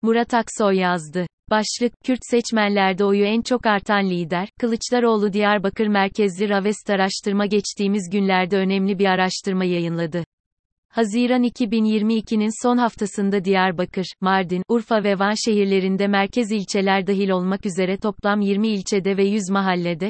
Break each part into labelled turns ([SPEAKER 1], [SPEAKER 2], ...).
[SPEAKER 1] Murat Aksoy yazdı. Başlık, Kürt seçmenlerde oyu en çok artan lider, Kılıçdaroğlu. Diyarbakır merkezli Ravest Araştırma geçtiğimiz günlerde önemli bir araştırma yayınladı. Haziran 2022'nin son haftasında Diyarbakır, Mardin, Urfa ve Van şehirlerinde merkez ilçeler dahil olmak üzere toplam 20 ilçede ve 100 mahallede,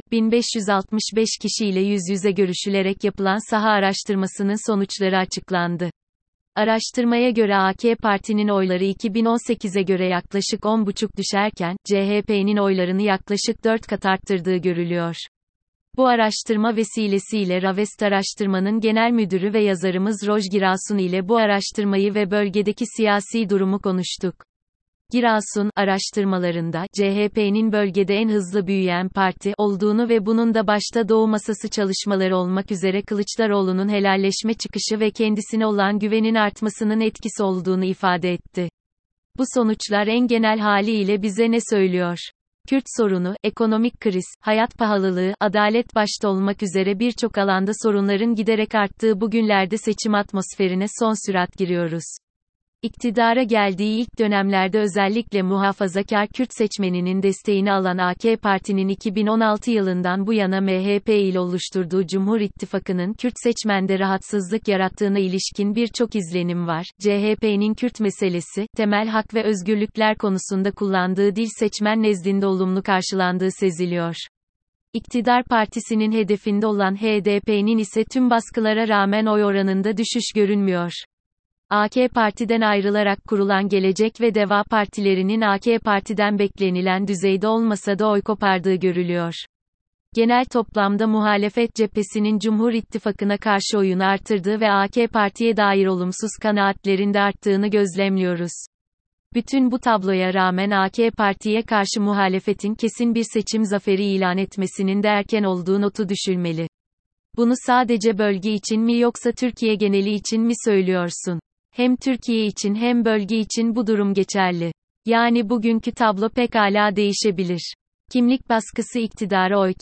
[SPEAKER 1] 1565 kişiyle yüz yüze görüşülerek yapılan saha araştırmasının sonuçları açıklandı. Araştırmaya göre AK Parti'nin oyları 2018'e göre yaklaşık 10,5 düşerken, CHP'nin oylarını yaklaşık 4 kat arttırdığı görülüyor. Bu araştırma vesilesiyle Ravest Araştırma'nın genel müdürü ve yazarımız Roj Girasun ile bu araştırmayı ve bölgedeki siyasi durumu konuştuk. Girasun, araştırmalarında, CHP'nin bölgede en hızlı büyüyen parti olduğunu ve bunun da başta Doğu Masası çalışmaları olmak üzere Kılıçdaroğlu'nun helalleşme çıkışı ve kendisine olan güvenin artmasının etkisi olduğunu ifade etti. Bu sonuçlar en genel haliyle bize ne söylüyor? Kürt sorunu, ekonomik kriz, hayat pahalılığı, adalet başta olmak üzere birçok alanda sorunların giderek arttığı bu günlerde seçim atmosferine son sürat giriyoruz. İktidara geldiği ilk dönemlerde özellikle muhafazakar Kürt seçmeninin desteğini alan AK Parti'nin 2016 yılından bu yana MHP ile oluşturduğu Cumhur İttifakı'nın Kürt seçmende rahatsızlık yarattığına ilişkin birçok izlenim var. CHP'nin Kürt meselesi, temel hak ve özgürlükler konusunda kullandığı dil seçmen nezdinde olumlu karşılandığı seziliyor. İktidar partisinin hedefinde olan HDP'nin ise tüm baskılara rağmen oy oranında düşüş görünmüyor. AK Parti'den ayrılarak kurulan Gelecek ve Deva partilerinin AK Parti'den beklenilen düzeyde olmasa da oy kopardığı görülüyor. Genel toplamda muhalefet cephesinin Cumhur İttifakı'na karşı oyunu artırdığı ve AK Parti'ye dair olumsuz kanaatlerin de arttığını gözlemliyoruz. Bütün bu tabloya rağmen AK Parti'ye karşı muhalefetin kesin bir seçim zaferi ilan etmesinin de erken olduğu notu düşülmeli. Bunu sadece bölge için mi yoksa Türkiye geneli için mi söylüyorsun? Hem Türkiye için hem bölge için bu durum geçerli. Yani bugünkü tablo pekala değişebilir. Kimlik baskısı iktidara oy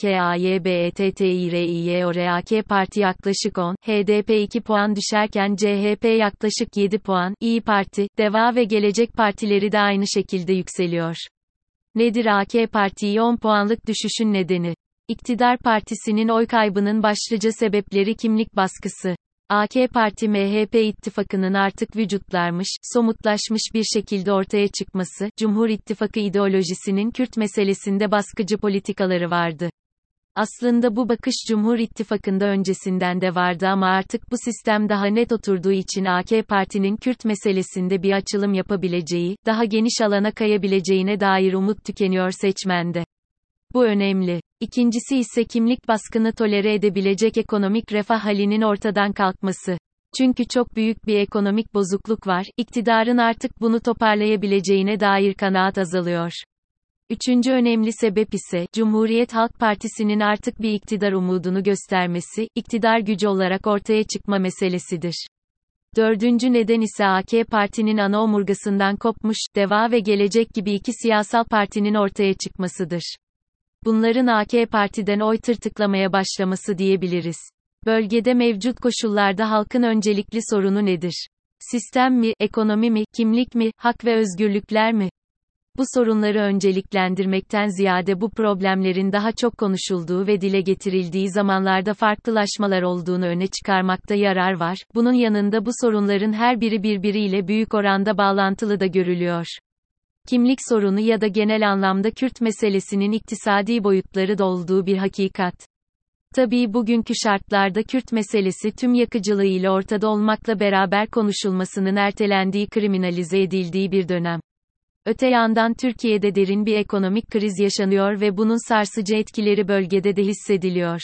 [SPEAKER 1] KAYBETTİRİYOR AK Parti yaklaşık 10, HDP 2 puan düşerken CHP yaklaşık 7 puan, İYİ Parti, Deva ve Gelecek partileri de aynı şekilde yükseliyor. Nedir AK Parti'yi 10 puanlık düşüşün nedeni? İktidar partisinin oy kaybının başlıca sebepleri kimlik baskısı. AK Parti MHP ittifakının artık vücutlarmış, somutlaşmış bir şekilde ortaya çıkması, Cumhur İttifakı ideolojisinin Kürt meselesinde baskıcı politikaları vardı. Aslında bu bakış Cumhur İttifakı'nda öncesinden de vardı ama artık bu sistem daha net oturduğu için AK Parti'nin Kürt meselesinde bir açılım yapabileceği, daha geniş alana kayabileceğine dair umut tükeniyor seçmende. Bu önemli. İkincisi ise kimlik baskını tolere edebilecek ekonomik refah halinin ortadan kalkması. Çünkü çok büyük bir ekonomik bozukluk var, iktidarın artık bunu toparlayabileceğine dair kanaat azalıyor. Üçüncü önemli sebep ise, Cumhuriyet Halk Partisi'nin artık bir iktidar umudunu göstermesi, iktidar gücü olarak ortaya çıkma meselesidir. Dördüncü neden ise AK Parti'nin ana omurgasından kopmuş, Deva ve Gelecek gibi iki siyasal partinin ortaya çıkmasıdır. Bunların AK Parti'den oy tırtıklamaya başlaması diyebiliriz. Bölgede mevcut koşullarda halkın öncelikli sorunu nedir? Sistem mi, ekonomi mi, kimlik mi, hak ve özgürlükler mi? Bu sorunları önceliklendirmekten ziyade bu problemlerin daha çok konuşulduğu ve dile getirildiği zamanlarda farklılaşmalar olduğunu öne çıkarmakta yarar var. Bunun yanında bu sorunların her biri birbiriyle büyük oranda bağlantılı da görülüyor. Kimlik sorunu ya da genel anlamda Kürt meselesinin iktisadi boyutları da olduğu bir hakikat. Tabii bugünkü şartlarda Kürt meselesi tüm yakıcılığıyla ortada olmakla beraber konuşulmasının ertelendiği, kriminalize edildiği bir dönem. Öte yandan Türkiye'de derin bir ekonomik kriz yaşanıyor ve bunun sarsıcı etkileri bölgede de hissediliyor.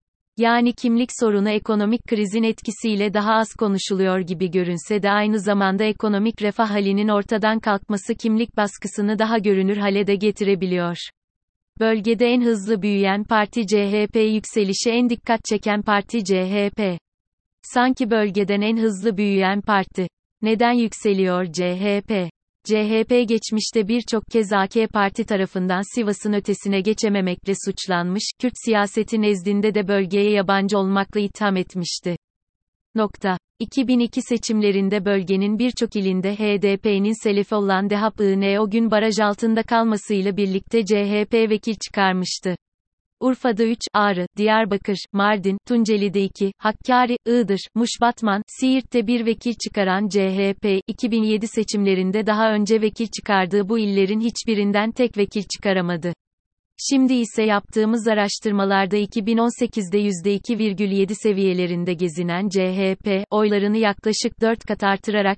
[SPEAKER 1] Yani kimlik sorunu ekonomik krizin etkisiyle daha az konuşuluyor gibi görünse de aynı zamanda ekonomik refah halinin ortadan kalkması kimlik baskısını daha görünür hale de getirebiliyor. Bölgede en hızlı büyüyen parti CHP, yükselişi en dikkat çeken parti CHP. Sanki bölgeden en hızlı büyüyen parti. Neden yükseliyor CHP? CHP geçmişte birçok kez AK Parti tarafından Sivas'ın ötesine geçememekle suçlanmış, Kürt siyaseti nezdinde de bölgeye yabancı olmakla itham etmişti. Nokta. 2002 seçimlerinde bölgenin birçok ilinde HDP'nin selefi olan DHP-ın o gün baraj altında kalmasıyla birlikte CHP vekil çıkarmıştı. Urfa'da 3, Ağrı, Diyarbakır, Mardin, Tunceli'de 2, Hakkari, Iğdır, Muş, Batman, Siirt'te 1 vekil çıkaran CHP, 2007 seçimlerinde daha önce vekil çıkardığı bu illerin hiçbirinden tek vekil çıkaramadı. Şimdi ise yaptığımız araştırmalarda 2018'de %2,7 seviyelerinde gezinen CHP, oylarını yaklaşık 4 kat artırarak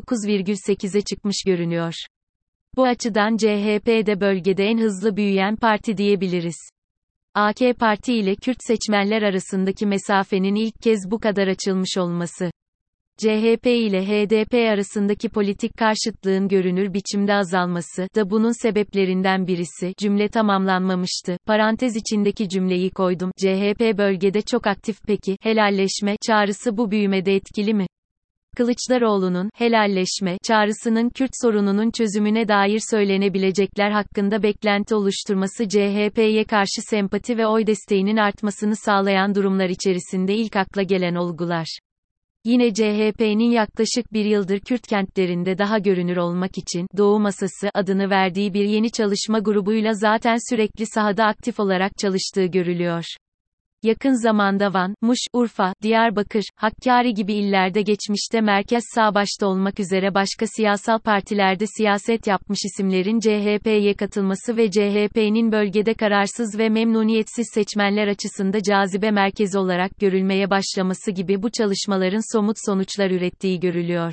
[SPEAKER 1] %9,8'e çıkmış görünüyor. Bu açıdan CHP de bölgede en hızlı büyüyen parti diyebiliriz. AK Parti ile Kürt seçmenler arasındaki mesafenin ilk kez bu kadar açılmış olması. CHP ile HDP arasındaki politik karşıtlığın görünür biçimde azalması da bunun sebeplerinden birisi. Cümle tamamlanmamıştı. Parantez içindeki cümleyi koydum. CHP bölgede çok aktif peki, helalleşme çağrısı bu büyümede etkili mi? Kılıçdaroğlu'nun helalleşme çağrısının Kürt sorununun çözümüne dair söylenebilecekler hakkında beklenti oluşturması CHP'ye karşı sempati ve oy desteğinin artmasını sağlayan durumlar içerisinde ilk akla gelen olgular. Yine CHP'nin yaklaşık bir yıldır Kürt kentlerinde daha görünür olmak için Doğu Masası adını verdiği bir yeni çalışma grubuyla zaten sürekli sahada aktif olarak çalıştığı görülüyor. Yakın zamanda Van, Muş, Urfa, Diyarbakır, Hakkari gibi illerde geçmişte merkez sağ başta olmak üzere başka siyasal partilerde siyaset yapmış isimlerin CHP'ye katılması ve CHP'nin bölgede kararsız ve memnuniyetsiz seçmenler açısında cazibe merkezi olarak görülmeye başlaması gibi bu çalışmaların somut sonuçlar ürettiği görülüyor.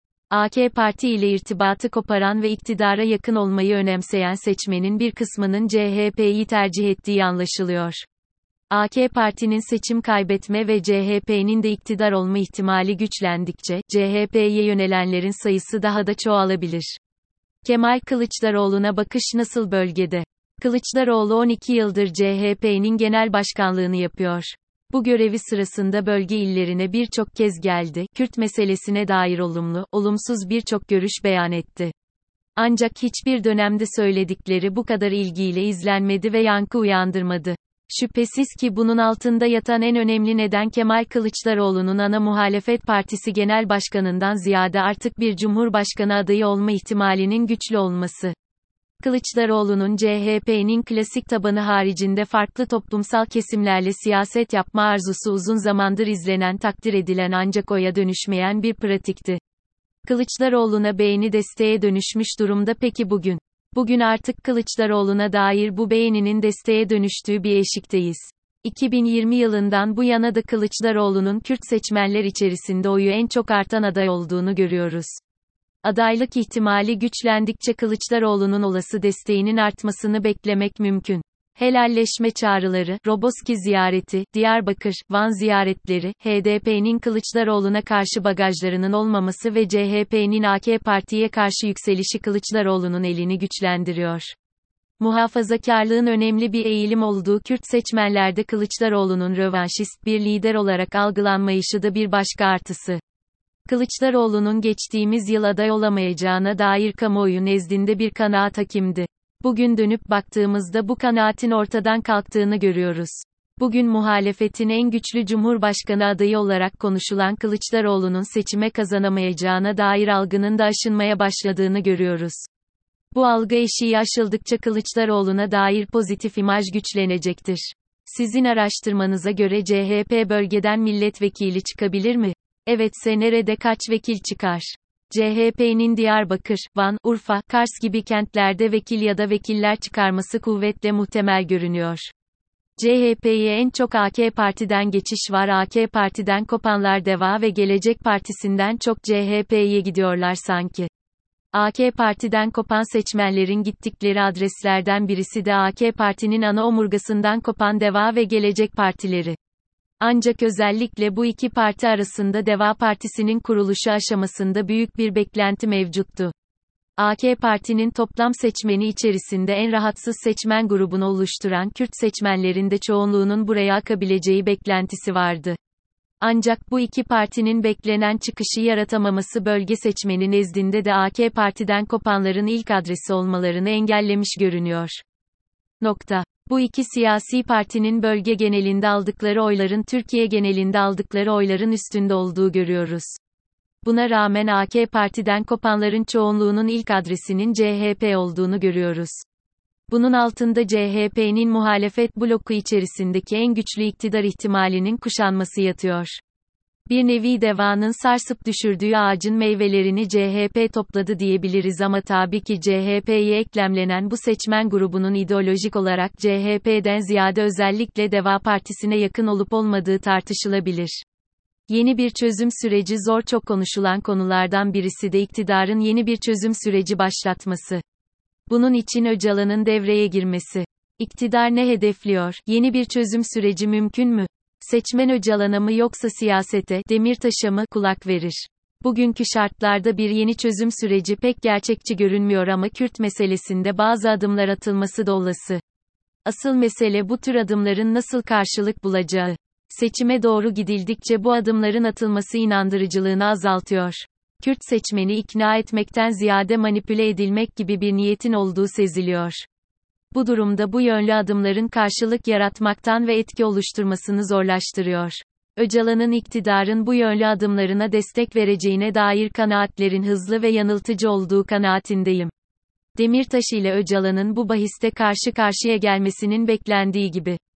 [SPEAKER 1] AK Parti ile irtibatı koparan ve iktidara yakın olmayı önemseyen seçmenin bir kısmının CHP'yi tercih ettiği anlaşılıyor. AK Parti'nin seçim kaybetme ve CHP'nin de iktidar olma ihtimali güçlendikçe, CHP'ye yönelenlerin sayısı daha da çoğalabilir. Kemal Kılıçdaroğlu'na bakış nasıl bölgede? Kılıçdaroğlu 12 yıldır CHP'nin genel başkanlığını yapıyor. Bu görevi sırasında bölge illerine birçok kez geldi, Kürt meselesine dair olumlu, olumsuz birçok görüş beyan etti. Ancak hiçbir dönemde söyledikleri bu kadar ilgiyle izlenmedi ve yankı uyandırmadı. Şüphesiz ki bunun altında yatan en önemli neden Kemal Kılıçdaroğlu'nun ana muhalefet partisi genel başkanından ziyade artık bir cumhurbaşkanı adayı olma ihtimalinin güçlü olması. Kılıçdaroğlu'nun CHP'nin klasik tabanı haricinde farklı toplumsal kesimlerle siyaset yapma arzusu uzun zamandır izlenen, takdir edilen ancak oya dönüşmeyen bir pratikti. Kılıçdaroğlu'na beğeni desteğe dönüşmüş durumda peki bugün? Bugün artık Kılıçdaroğlu'na dair bu beğeninin desteğe dönüştüğü bir eşikteyiz. 2020 yılından bu yana da Kılıçdaroğlu'nun Kürt seçmenler içerisinde oyu en çok artan aday olduğunu görüyoruz. Adaylık ihtimali güçlendikçe Kılıçdaroğlu'nun olası desteğinin artmasını beklemek mümkün. Helalleşme çağrıları, Roboski ziyareti, Diyarbakır, Van ziyaretleri, HDP'nin Kılıçdaroğlu'na karşı bagajlarının olmaması ve CHP'nin AK Parti'ye karşı yükselişi Kılıçdaroğlu'nun elini güçlendiriyor. Muhafazakarlığın önemli bir eğilim olduğu Kürt seçmenlerde Kılıçdaroğlu'nun rövanşist bir lider olarak algılanmayışı da bir başka artısı. Kılıçdaroğlu'nun geçtiğimiz yıl aday olamayacağına dair kamuoyu nezdinde bir kanaat hakimdi. Bugün dönüp baktığımızda bu kanaatin ortadan kalktığını görüyoruz. Bugün muhalefetin en güçlü cumhurbaşkanı adayı olarak konuşulan Kılıçdaroğlu'nun seçime kazanamayacağına dair algının da aşınmaya başladığını görüyoruz. Bu algı eşiği aşıldıkça Kılıçdaroğlu'na dair pozitif imaj güçlenecektir. Sizin araştırmanıza göre CHP bölgeden milletvekili çıkabilir mi? Evetse nerede kaç vekil çıkar? CHP'nin Diyarbakır, Van, Urfa, Kars gibi kentlerde vekil ya da vekiller çıkarması kuvvetle muhtemel görünüyor. CHP'ye en çok AK Parti'den geçiş var. AK Parti'den kopanlar Deva ve Gelecek Partisi'nden çok CHP'ye gidiyorlar sanki. AK Parti'den kopan seçmenlerin gittikleri adreslerden birisi de AK Parti'nin ana omurgasından kopan Deva ve Gelecek Partileri. Ancak özellikle bu iki parti arasında Deva Partisi'nin kuruluşu aşamasında büyük bir beklenti mevcuttu. AK Parti'nin toplam seçmeni içerisinde en rahatsız seçmen grubunu oluşturan Kürt seçmenlerin de çoğunluğunun buraya akabileceği beklentisi vardı. Ancak bu iki partinin beklenen çıkışı yaratamaması bölge seçmeni nezdinde de AK Parti'den kopanların ilk adresi olmalarını engellemiş görünüyor. Bu iki siyasi partinin bölge genelinde aldıkları oyların Türkiye genelinde aldıkları oyların üstünde olduğu görüyoruz. Buna rağmen AK Parti'den kopanların çoğunluğunun ilk adresinin CHP olduğunu görüyoruz. Bunun altında CHP'nin muhalefet bloku içerisindeki en güçlü iktidar ihtimalinin kuşanması yatıyor. Bir nevi devanın sarsıp düşürdüğü ağacın meyvelerini CHP topladı diyebiliriz ama tabii ki CHP'ye eklemlenen bu seçmen grubunun ideolojik olarak CHP'den ziyade özellikle Deva Partisi'ne yakın olup olmadığı tartışılabilir. Yeni bir çözüm süreci zor, çok konuşulan konulardan birisi de iktidarın yeni bir çözüm süreci başlatması. Bunun için Öcalan'ın devreye girmesi. İktidar ne hedefliyor? Yeni bir çözüm süreci mümkün mü? Seçmen Öcalan'a mı yoksa siyasete, Demirtaş'a mı kulak verir? Bugünkü şartlarda bir yeni çözüm süreci pek gerçekçi görünmüyor ama Kürt meselesinde bazı adımlar atılması da olası. Asıl mesele bu tür adımların nasıl karşılık bulacağı. Seçime doğru gidildikçe bu adımların atılması inandırıcılığını azaltıyor. Kürt seçmeni ikna etmekten ziyade manipüle edilmek gibi bir niyetin olduğu seziliyor. Bu durumda bu yönlü adımların karşılık yaratmaktan ve etki oluşturmasını zorlaştırıyor. Öcalan'ın iktidarın bu yönlü adımlarına destek vereceğine dair kanaatlerin hızlı ve yanıltıcı olduğu kanaatindeyim. Demirtaş ile Öcalan'ın bu bahiste karşı karşıya gelmesinin beklendiği gibi